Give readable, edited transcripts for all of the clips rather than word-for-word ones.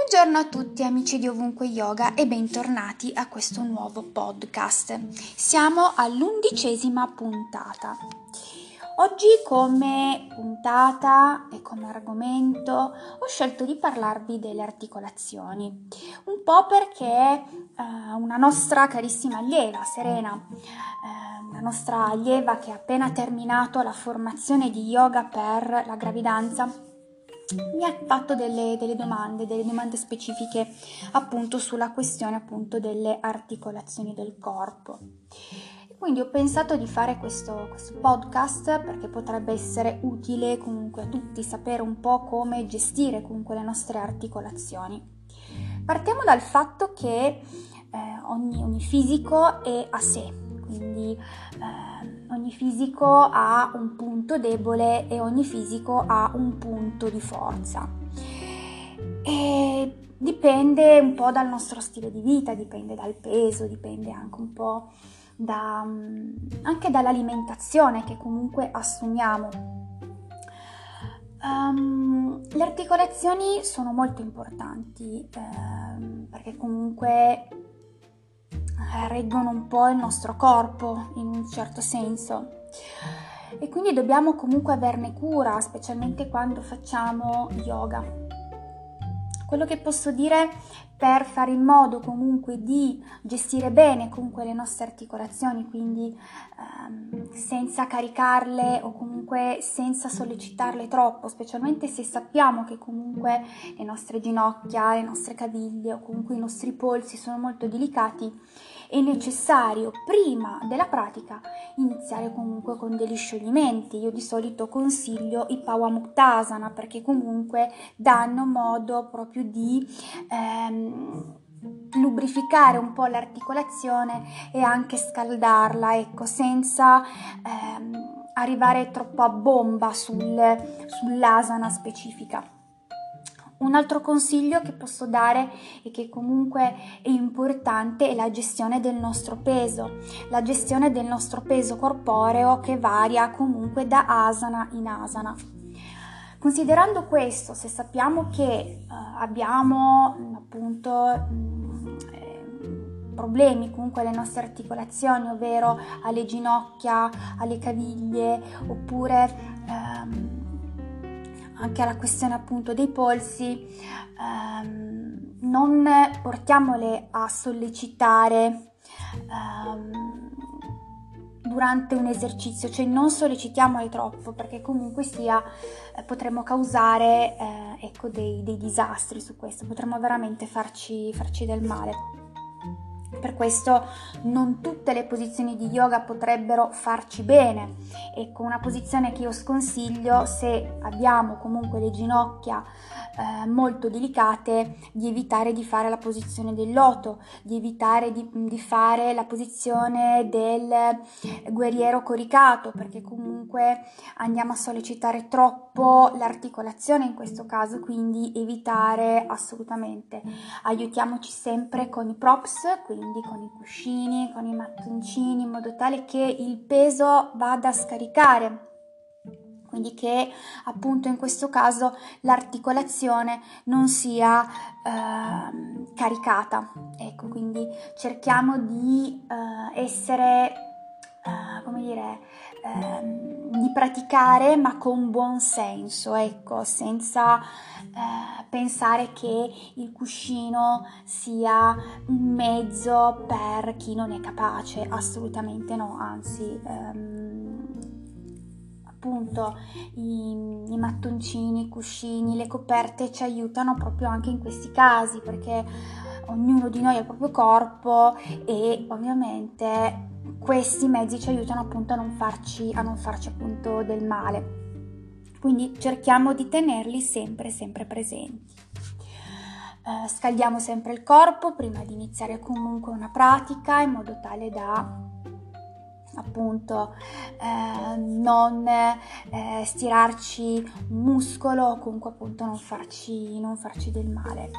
Buongiorno a tutti amici di Ovunque Yoga e bentornati a questo nuovo podcast. Siamo all'11ª puntata. Oggi come puntata e come argomento ho scelto di parlarvi delle articolazioni, un po' perché una nostra carissima allieva, Serena, una nostra allieva che ha appena terminato la formazione di yoga per la gravidanza, mi ha fatto delle domande specifiche appunto sulla questione appunto delle articolazioni del corpo. E quindi ho pensato di fare questo podcast perché potrebbe essere utile comunque a tutti sapere un po' come gestire comunque le nostre articolazioni. Partiamo dal fatto che ogni fisico è a sé, quindi ogni fisico ha un punto debole e ogni fisico ha un punto di forza. E dipende un po' dal nostro stile di vita, dipende dal peso, dipende anche un po' anche dall'alimentazione che comunque assumiamo. Le articolazioni sono molto importanti perché comunque reggono un po' il nostro corpo in un certo senso e quindi dobbiamo comunque averne cura, specialmente quando facciamo yoga. Quello che posso dire per fare in modo comunque di gestire bene comunque le nostre articolazioni, quindi senza caricarle o comunque senza sollecitarle troppo, specialmente se sappiamo che comunque le nostre ginocchia, le nostre caviglie o comunque i nostri polsi sono molto delicati, è necessario prima della pratica iniziare comunque con degli scioglimenti. Io di solito consiglio i Pawamuktasana perché comunque danno modo proprio di lubrificare un po' l'articolazione e anche scaldarla, ecco, senza arrivare troppo a bomba sull'asana specifica. Un altro consiglio che posso dare e che comunque è importante è la gestione del nostro peso corporeo che varia comunque da asana in asana. Considerando questo, se sappiamo che abbiamo appunto problemi comunque alle nostre articolazioni, ovvero alle ginocchia, alle caviglie, oppure anche alla questione appunto dei polsi, non portiamole a sollecitare durante un esercizio, cioè non sollecitiamole troppo perché comunque sia potremmo causare dei disastri su questo, potremmo veramente farci del male. Per questo non tutte le posizioni di yoga potrebbero farci bene. Ecco, una posizione che io sconsiglio se abbiamo comunque le ginocchia molto delicate, di evitare di fare la posizione del loto, di evitare di fare la posizione del guerriero coricato, perché comunque andiamo a sollecitare troppo l'articolazione in questo caso, quindi evitare assolutamente. Aiutiamoci sempre con i props, quindi con i cuscini, con i mattoncini, in modo tale che il peso vada a scaricare, quindi che appunto in questo caso l'articolazione non sia caricata. Ecco, quindi cerchiamo di essere, di praticare ma con buon senso, ecco, senza pensare che il cuscino sia un mezzo per chi non è capace, assolutamente no, anzi appunto i mattoncini, i cuscini, le coperte ci aiutano proprio anche in questi casi, perché ognuno di noi ha il proprio corpo e ovviamente questi mezzi ci aiutano appunto a non farci appunto del male. Quindi cerchiamo di tenerli sempre presenti. Scaldiamo sempre il corpo prima di iniziare comunque una pratica, in modo tale da appunto non stirarci un muscolo o comunque appunto non farci del male.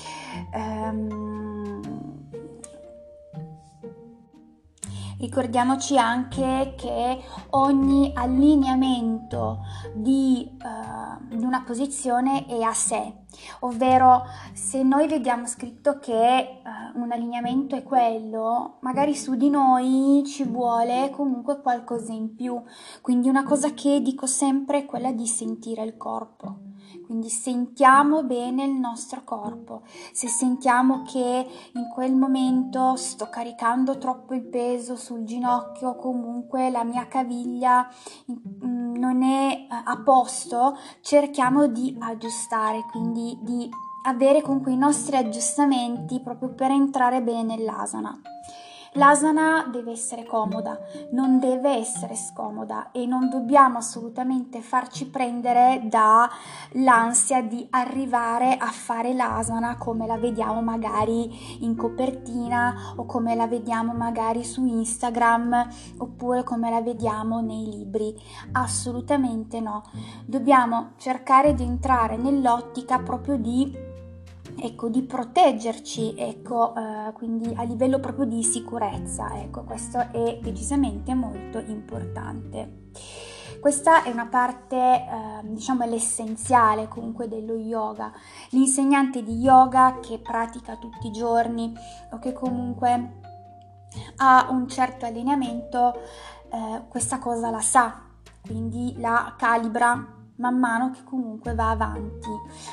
Ricordiamoci anche che ogni allineamento di una posizione è a sé, ovvero se noi vediamo scritto che un allineamento è quello, magari su di noi ci vuole comunque qualcosa in più, quindi una cosa che dico sempre è quella di sentire il corpo. Quindi sentiamo bene il nostro corpo. Se sentiamo che in quel momento sto caricando troppo il peso sul ginocchio, comunque la mia caviglia non è a posto, cerchiamo di aggiustare, quindi di avere comunque i nostri aggiustamenti proprio per entrare bene nell'asana. L'asana deve essere comoda, non deve essere scomoda e non dobbiamo assolutamente farci prendere dall'ansia di arrivare a fare l'asana come la vediamo magari in copertina o come la vediamo magari su Instagram oppure come la vediamo nei libri. Assolutamente no. Dobbiamo cercare di entrare nell'ottica proprio di proteggerci, quindi a livello proprio di sicurezza, questo è decisamente molto importante. Questa è una parte, è l'essenziale comunque dello yoga. L'insegnante di yoga che pratica tutti i giorni o che comunque ha un certo allineamento, questa cosa la sa, quindi la calibra man mano che comunque va avanti.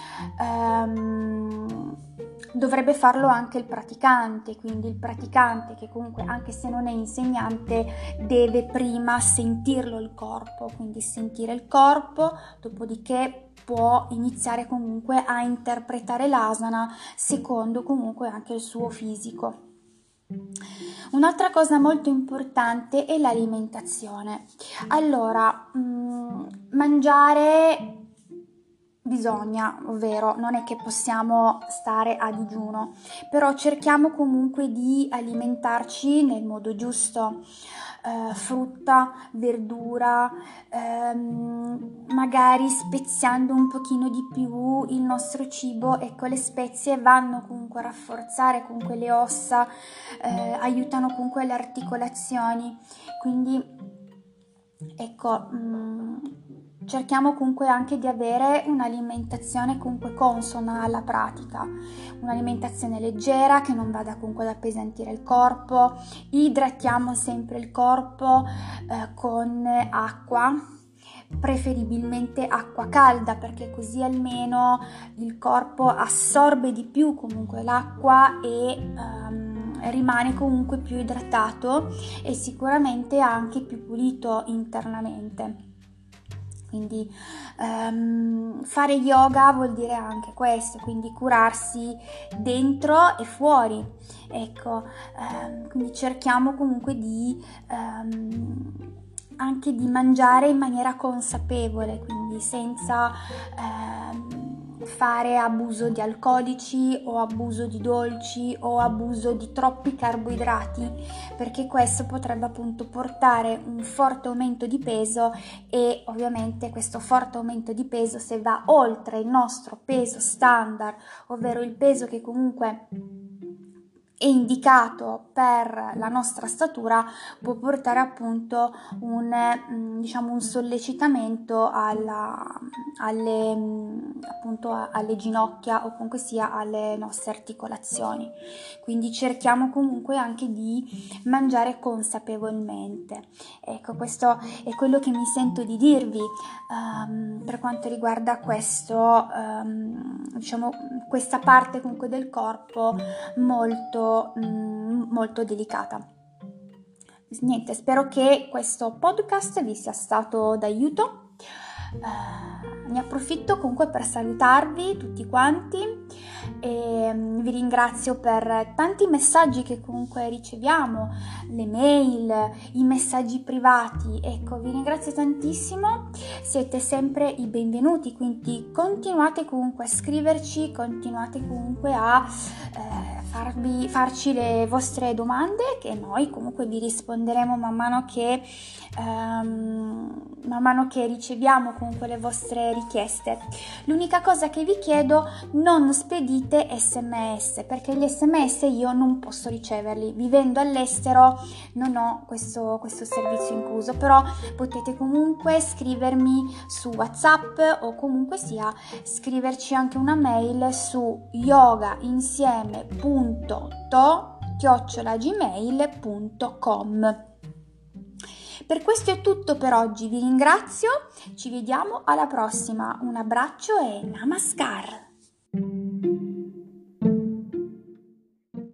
Dovrebbe farlo anche il praticante, quindi il praticante che comunque anche se non è insegnante deve prima sentirlo il corpo, quindi sentire il corpo, dopodiché può iniziare comunque a interpretare l'asana secondo comunque anche il suo fisico. Un'altra cosa molto importante è l'alimentazione. Allora, mangiare bisogna, ovvero non è che possiamo stare a digiuno, però cerchiamo comunque di alimentarci nel modo giusto. Frutta, verdura, magari speziando un pochino di più il nostro cibo. Le spezie vanno comunque a rafforzare comunque le ossa, aiutano comunque le articolazioni, quindi cerchiamo comunque anche di avere un'alimentazione comunque consona alla pratica, un'alimentazione leggera che non vada comunque ad appesantire il corpo. Idratiamo sempre il corpo con acqua, preferibilmente acqua calda, perché così almeno il corpo assorbe di più comunque l'acqua e rimane comunque più idratato e sicuramente anche più pulito internamente. Quindi fare yoga vuol dire anche questo, quindi curarsi dentro e fuori. Quindi cerchiamo comunque di anche di mangiare in maniera consapevole, quindi senza fare abuso di alcolici o abuso di dolci o abuso di troppi carboidrati, perché questo potrebbe appunto portare un forte aumento di peso e ovviamente questo forte aumento di peso, se va oltre il nostro peso standard, ovvero il peso che comunque è indicato per la nostra statura, può portare appunto un sollecitamento alle ginocchia o comunque sia alle nostre articolazioni. Quindi cerchiamo comunque anche di mangiare consapevolmente. Questo è quello che mi sento di dirvi per quanto riguarda questo, questa parte comunque del corpo molto delicata. Niente, spero che questo podcast vi sia stato d'aiuto. Ne approfitto comunque per salutarvi tutti quanti e vi ringrazio per tanti messaggi che comunque riceviamo, le mail, i messaggi privati. Vi ringrazio tantissimo, siete sempre i benvenuti, quindi continuate comunque a scriverci, continuate comunque a farci le vostre domande, che noi comunque vi risponderemo man mano che riceviamo comunque le vostre richieste. L'unica cosa che vi chiedo, non spedite SMS, perché gli SMS io non posso riceverli. Vivendo all'estero non ho questo servizio incluso, però potete comunque scrivermi su WhatsApp o comunque sia scriverci anche una mail su yogainsieme.to@gmail.com. Per questo è tutto per oggi, vi ringrazio, ci vediamo alla prossima, un abbraccio e namaskar!